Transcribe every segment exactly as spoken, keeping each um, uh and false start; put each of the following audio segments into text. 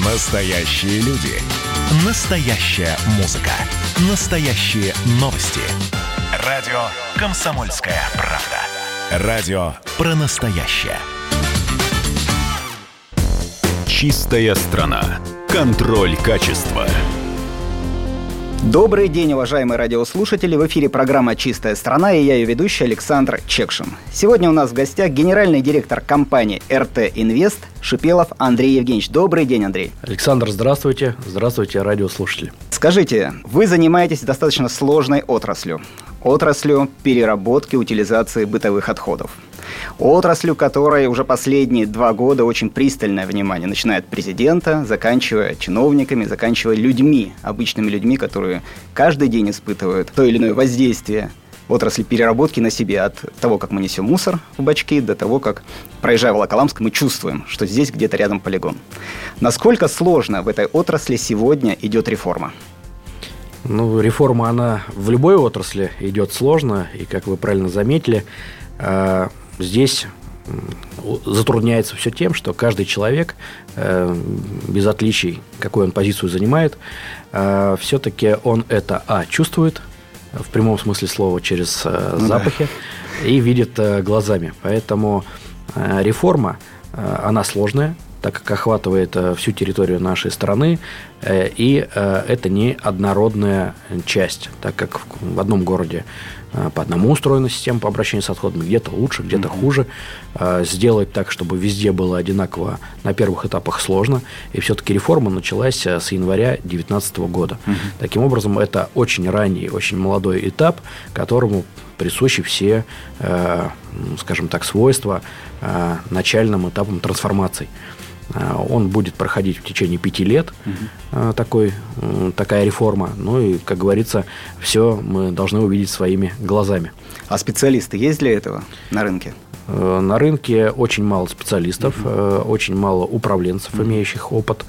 Настоящие люди. Настоящая музыка. Настоящие новости. Радио «Комсомольская правда». Радио про настоящее. Чистая страна. Контроль качества. Добрый день, уважаемые радиослушатели. В эфире программа «Чистая страна» и я ее ведущий Александр Чекшин. Сегодня у нас в гостях генеральный директор компании эр тэ Инвест Шипелов Андрей Евгеньевич. Добрый день, Андрей. Александр, здравствуйте. Здравствуйте, радиослушатели. Скажите, вы занимаетесь достаточно сложной отраслью. Отраслью переработки, утилизации бытовых отходов. Отраслью, которой уже последние два года очень пристальное внимание, начиная от президента, заканчивая чиновниками, заканчивая людьми, обычными людьми, которые каждый день испытывают то или иное воздействие отрасли переработки на себе, от того, как мы несем мусор в бачки, до того, как, проезжая в Волоколамск, мы чувствуем, что здесь где-то рядом полигон. Насколько сложно в этой отрасли сегодня идет реформа? Ну, реформа, она в любой отрасли идет сложно, и, как вы правильно заметили, здесь затрудняется все тем, что каждый человек, без отличий, какую он позицию занимает, все-таки он это, а, чувствует, в прямом смысле слова, через запахи, и видит глазами. Поэтому реформа, она сложная, так как охватывает всю территорию нашей страны, и это не однородная часть, так как в одном городе по одному устроена система по обращению с отходами, где-то лучше, где-то mm-hmm. хуже. Сделать так, чтобы везде было одинаково, на первых этапах сложно, и все-таки реформа началась с января две тысячи девятнадцатого года. Mm-hmm. Таким образом, это очень ранний, очень молодой этап, которому присущи все, скажем так, свойства начальным этапам трансформации. Он будет проходить в течение пяти лет, угу. такой, такая реформа. Ну и, как говорится, все мы должны увидеть своими глазами. А специалисты есть для этого на рынке? На рынке очень мало специалистов, угу. очень мало управленцев, угу. имеющих опыт.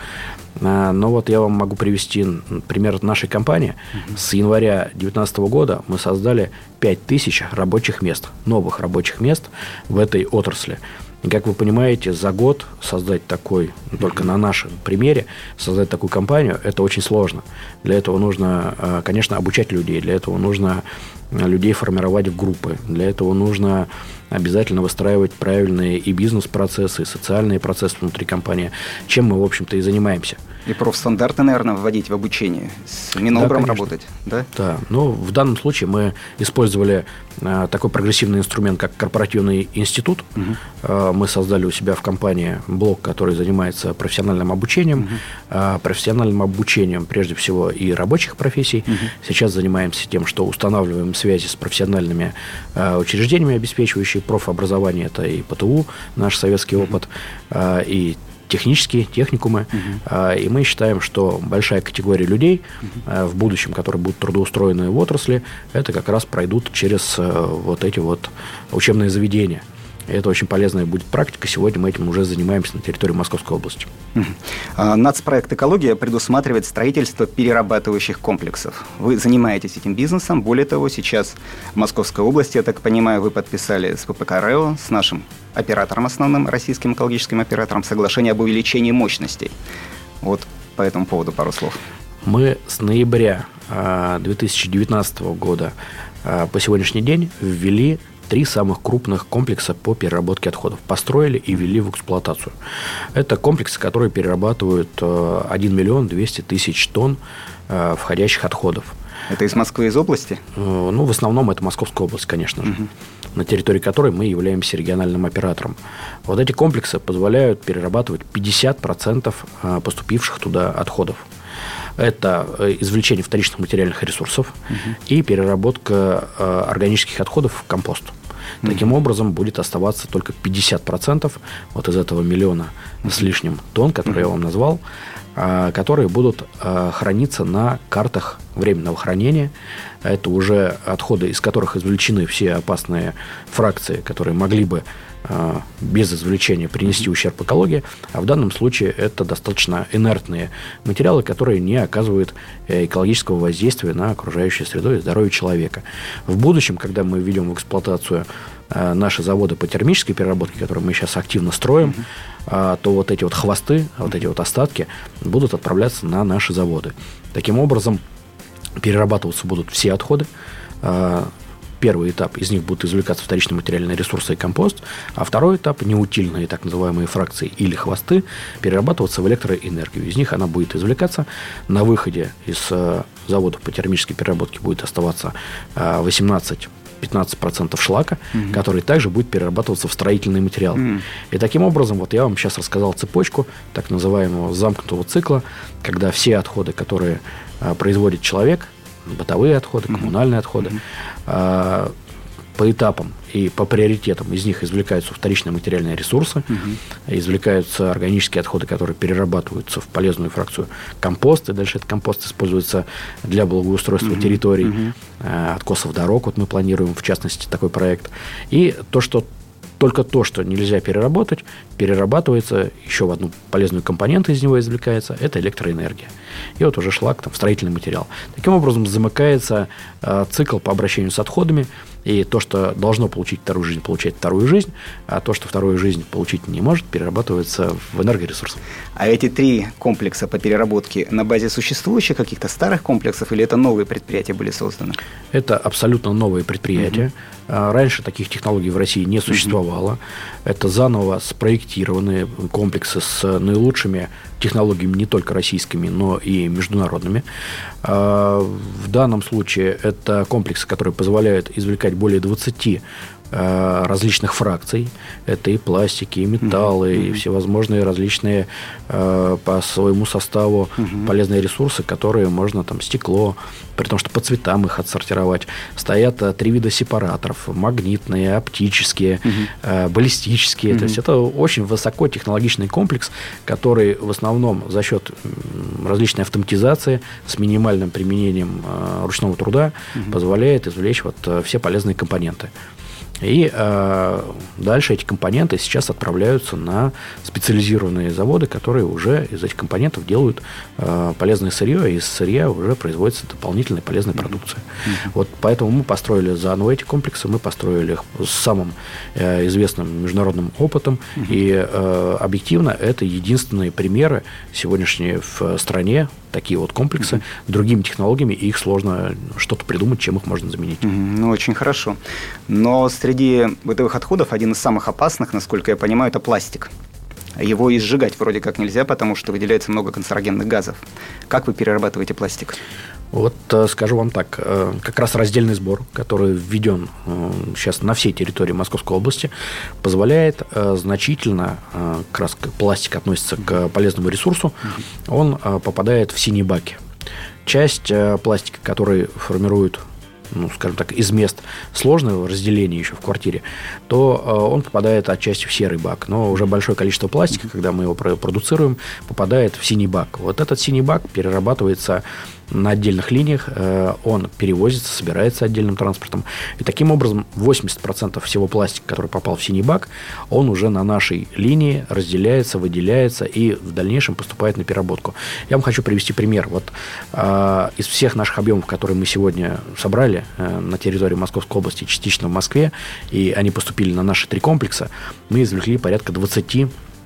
Но вот я вам могу привести пример нашей компании. Угу. С января две тысячи девятнадцатого года мы создали пять тысяч рабочих мест, новых рабочих мест в этой отрасли. И, как вы понимаете, за год создать такой, только на нашем примере, создать такую компанию, это очень сложно. Для этого нужно, конечно, обучать людей, для этого нужно людей формировать в группы, для этого нужно обязательно выстраивать правильные и бизнес-процессы, и социальные процессы внутри компании, чем мы, в общем-то, и занимаемся. И профстандарты, наверное, вводить в обучение, с Минобром да, работать, да? Да, ну, в данном случае мы использовали а, такой прогрессивный инструмент, как корпоративный институт. Угу. А, мы создали у себя в компании блок, который занимается профессиональным обучением, угу. а, профессиональным обучением, прежде всего, и рабочих профессий. Угу. Сейчас занимаемся тем, что устанавливаем связи с профессиональными а, учреждениями, обеспечивающими профобразование. Это и пэ тэ у, наш советский угу. опыт, а, и технические, техникумы. Uh-huh. И мы считаем, что большая категория людей uh-huh. в будущем, которые будут трудоустроены в отрасли, это как раз пройдут через вот эти вот учебные заведения. И это очень полезная будет практика. Сегодня мы этим уже занимаемся на территории Московской области. Uh-huh. Нацпроект «Экология» предусматривает строительство перерабатывающих комплексов. Вы занимаетесь этим бизнесом. Более того, сейчас в Московской области, я так понимаю, вы подписали с пэ пэ ка РЭО, с нашим оператором основным, российским экологическим оператором, соглашение об увеличении мощностей. Вот по этому поводу пару слов. Мы с ноября две тысячи девятнадцатого года по сегодняшний день ввели три самых крупных комплекса по переработке отходов. Построили и ввели в эксплуатацию. Это комплексы, которые перерабатывают один миллион двести тысяч тонн входящих отходов. Это из Москвы, из области? Ну, в основном это Московская область, конечно же, угу. на территории которой мы являемся региональным оператором. Вот эти комплексы позволяют перерабатывать пятьдесят процентов поступивших туда отходов. Это извлечение вторичных материальных ресурсов угу. и переработка органических отходов в компост. Таким образом, будет оставаться только пятьдесят процентов вот из этого миллиона mm-hmm. с лишним тонн, которые mm-hmm. я вам назвал, которые будут храниться на картах временного хранения. Это уже отходы, из которых извлечены все опасные фракции, которые могли бы без извлечения принести ущерб экологии, а в данном случае это достаточно инертные материалы, которые не оказывают экологического воздействия на окружающую среду и здоровье человека. В будущем, когда мы введем в эксплуатацию наши заводы по термической переработке, которые мы сейчас активно строим, mm-hmm. то вот эти вот хвосты, вот эти вот остатки будут отправляться на наши заводы. Таким образом, перерабатываться будут все отходы. Первый этап, из них будут извлекаться вторичные материальные ресурсы и компост, а второй этап, неутильные так называемые фракции или хвосты, перерабатываться в электроэнергию. Из них она будет извлекаться. На выходе из заводов по термической переработке будет оставаться восемнадцать-пятнадцать процентов шлака, mm-hmm. который также будет перерабатываться в строительные материалы. Mm-hmm. И таким образом, вот я вам сейчас рассказал цепочку так называемого замкнутого цикла, когда все отходы, которые производит человек, бытовые отходы, коммунальные mm-hmm. отходы, mm-hmm. по этапам и по приоритетам из них извлекаются вторичные материальные ресурсы, mm-hmm. извлекаются органические отходы, которые перерабатываются в полезную фракцию компост, и дальше этот компост используется для благоустройства mm-hmm. территорий, mm-hmm. откосов дорог. Вот мы планируем, в частности, такой проект. И то, что Только то, что нельзя переработать, перерабатывается, еще в одну полезную компоненту из него извлекается, это электроэнергия. И вот уже шлак, там, строительный материал. Таким образом, замыкается э, цикл по обращению с отходами, и то, что должно получить вторую жизнь, получает вторую жизнь, а то, что вторую жизнь получить не может, перерабатывается в энергоресурсы. А эти три комплекса по переработке на базе существующих каких-то старых комплексов, или это новые предприятия были созданы? Это абсолютно новые предприятия. Uh-huh. Раньше таких технологий в России не существовало. Uh-huh. Это заново спроектированные комплексы с наилучшими технологиями, не только российскими, но и международными. В данном случае это комплексы, которые позволяют извлекать более двадцати различных фракций. Это и пластики, и металлы, mm-hmm. и всевозможные различные э, по своему составу mm-hmm. полезные ресурсы, которые можно, там, стекло, при том, что по цветам их отсортировать. Стоят э, три вида сепараторов: магнитные, оптические, mm-hmm. э, баллистические. Mm-hmm. То есть это очень высокотехнологичный комплекс, который в основном за счет различной автоматизации с минимальным применением э, ручного труда mm-hmm. позволяет извлечь вот, э, все полезные компоненты. И э, дальше эти компоненты сейчас отправляются на специализированные заводы, которые уже из этих компонентов делают э, полезное сырье, и из сырья уже производится дополнительная полезная продукция. Mm-hmm. Вот поэтому мы построили заново эти комплексы, мы построили их с самым э, известным международным опытом, mm-hmm. и э, объективно это единственные примеры сегодняшние в стране, такие вот комплексы, mm-hmm. другими технологиями, и их сложно что-то придумать, чем их можно заменить. Mm-hmm. Ну, очень хорошо. Но среди бытовых отходов один из самых опасных, насколько я понимаю, это пластик. Его и сжигать вроде как нельзя, потому что выделяется много канцерогенных газов. Как вы перерабатываете пластик? Вот скажу вам так, как раз раздельный сбор, который введен сейчас на всей территории Московской области, позволяет значительно, как раз пластик относится к полезному ресурсу, он попадает в синие баки. Часть пластика, который формирует, ну, скажем так, из мест сложного разделения еще в квартире, то э, он попадает отчасти в серый бак. Но уже большое количество пластика, когда мы его продуцируем, попадает в синий бак. Вот этот синий бак перерабатывается на отдельных линиях, э, он перевозится, собирается отдельным транспортом. И таким образом восемьдесят процентов всего пластика, который попал в синий бак, он уже на нашей линии разделяется, выделяется и в дальнейшем поступает на переработку. Я вам хочу привести пример. Вот э, из всех наших объемов, которые мы сегодня собрали э, на территории Московской области, частично в Москве, и они поступили на наши три комплекса, мы извлекли порядка двадцать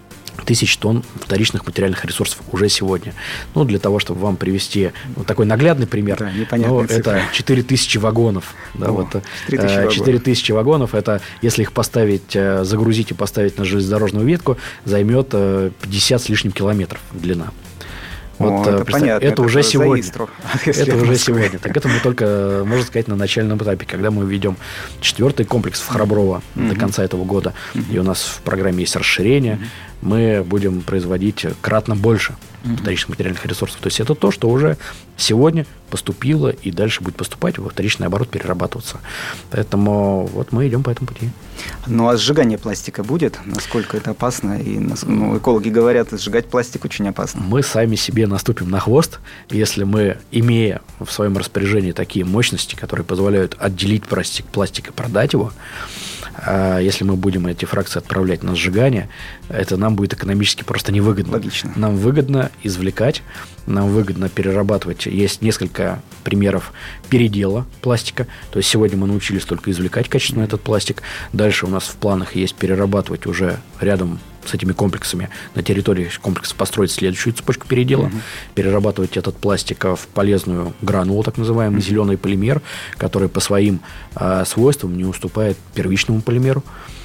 тысяч тонн вторичных материальных ресурсов уже сегодня. Ну, для того, чтобы вам привести вот такой наглядный пример, да, ну, это четыре тысячи вагонов. Да, О, вот, четыре тысячи вагонов, это, если их поставить, загрузить и поставить на железнодорожную ветку, займет пятьдесят с лишним километров длина. Вот, О, это понятно, это, это уже сегодня. Истру, это уже сегодня. Так это мы только, можно сказать, на начальном этапе, когда мы введем четвертый комплекс в Храброво mm-hmm. до конца этого года, mm-hmm. и у нас в программе есть расширение, mm-hmm. мы будем производить кратно больше mm-hmm. вторичных материальных ресурсов. То есть это то, что уже сегодня поступило и дальше будет поступать во вторичный оборот, перерабатываться. Поэтому вот мы идем по этому пути. Ну, а сжигание пластика будет? Насколько это опасно? И, ну, экологи говорят, сжигать пластик очень опасно. Мы сами себе наступим на хвост, если мы, имея в своем распоряжении такие мощности, которые позволяют отделить пластик, пластик и продать его, А если мы будем эти фракции отправлять на сжигание, это нам будет экономически просто невыгодно. Логично. Нам выгодно извлекать, нам выгодно перерабатывать. Есть несколько примеров передела пластика. То есть сегодня мы научились только извлекать качественно этот пластик. Дальше у нас в планах есть перерабатывать уже рядом с этими комплексами, на территории комплекса построить следующую цепочку передела, uh-huh. перерабатывать этот пластик в полезную гранулу, так называемый uh-huh. зеленый полимер, который по своим э, свойствам не уступает первичному полимеру.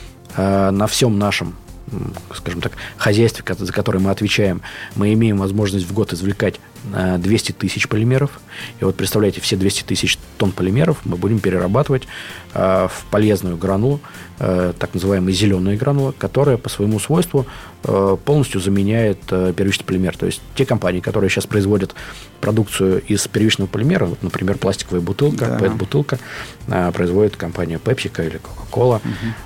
Э, на всем нашем, скажем так, хозяйстве, за которое мы отвечаем, мы имеем возможность в год извлекать двести тысяч полимеров. И вот представляете, все двести тысяч тонн полимеров мы будем перерабатывать э, в полезную гранулу, э, так называемую зеленую гранулу, которая по своему свойству э, полностью заменяет э, первичный полимер. То есть те компании, которые сейчас производят продукцию из первичного полимера, вот, например, пластиковая бутылка, да. пэт-бутылка, э, производит компания PepsiCo или Coca-Cola. Угу.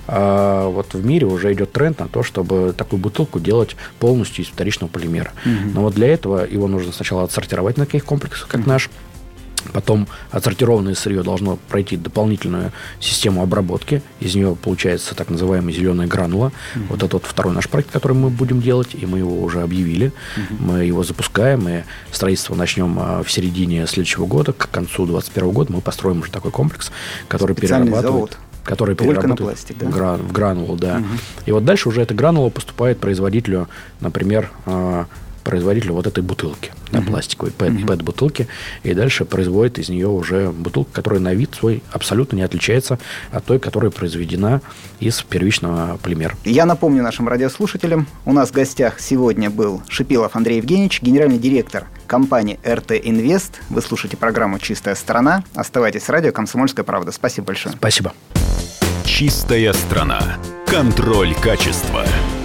А вот в мире уже идет тренд на то, чтобы такую бутылку делать полностью из вторичного полимера. Угу. Но вот для этого его нужно сначала отсортировать на таких комплексах, как mm-hmm. наш. Потом отсортированное сырье должно пройти дополнительную систему обработки. Из нее получается так называемая зеленая гранула. Mm-hmm. Вот это вот второй наш проект, который мы будем делать, и мы его уже объявили. Mm-hmm. Мы его запускаем, и строительство начнем в середине следующего года. К концу двадцать первого года мы построим уже такой комплекс, который перерабатывает... Завод. Который Только перерабатывает пластик, да? гран, в гранулу, да. Угу. И вот дальше уже эта гранула поступает производителю, например, производителю вот этой бутылки, uh-huh. да, пластиковой пэт, uh-huh. пэт-бутылки, и дальше производит из нее уже бутылку, которая на вид свой абсолютно не отличается от той, которая произведена из первичного полимера. Я напомню нашим радиослушателям, у нас в гостях сегодня был Шипилов Андрей Евгеньевич, генеральный директор компании эр тэ Инвест. Вы слушаете программу «Чистая страна». Оставайтесь с радио «Комсомольская правда». Спасибо большое. Спасибо. «Чистая страна». Контроль качества.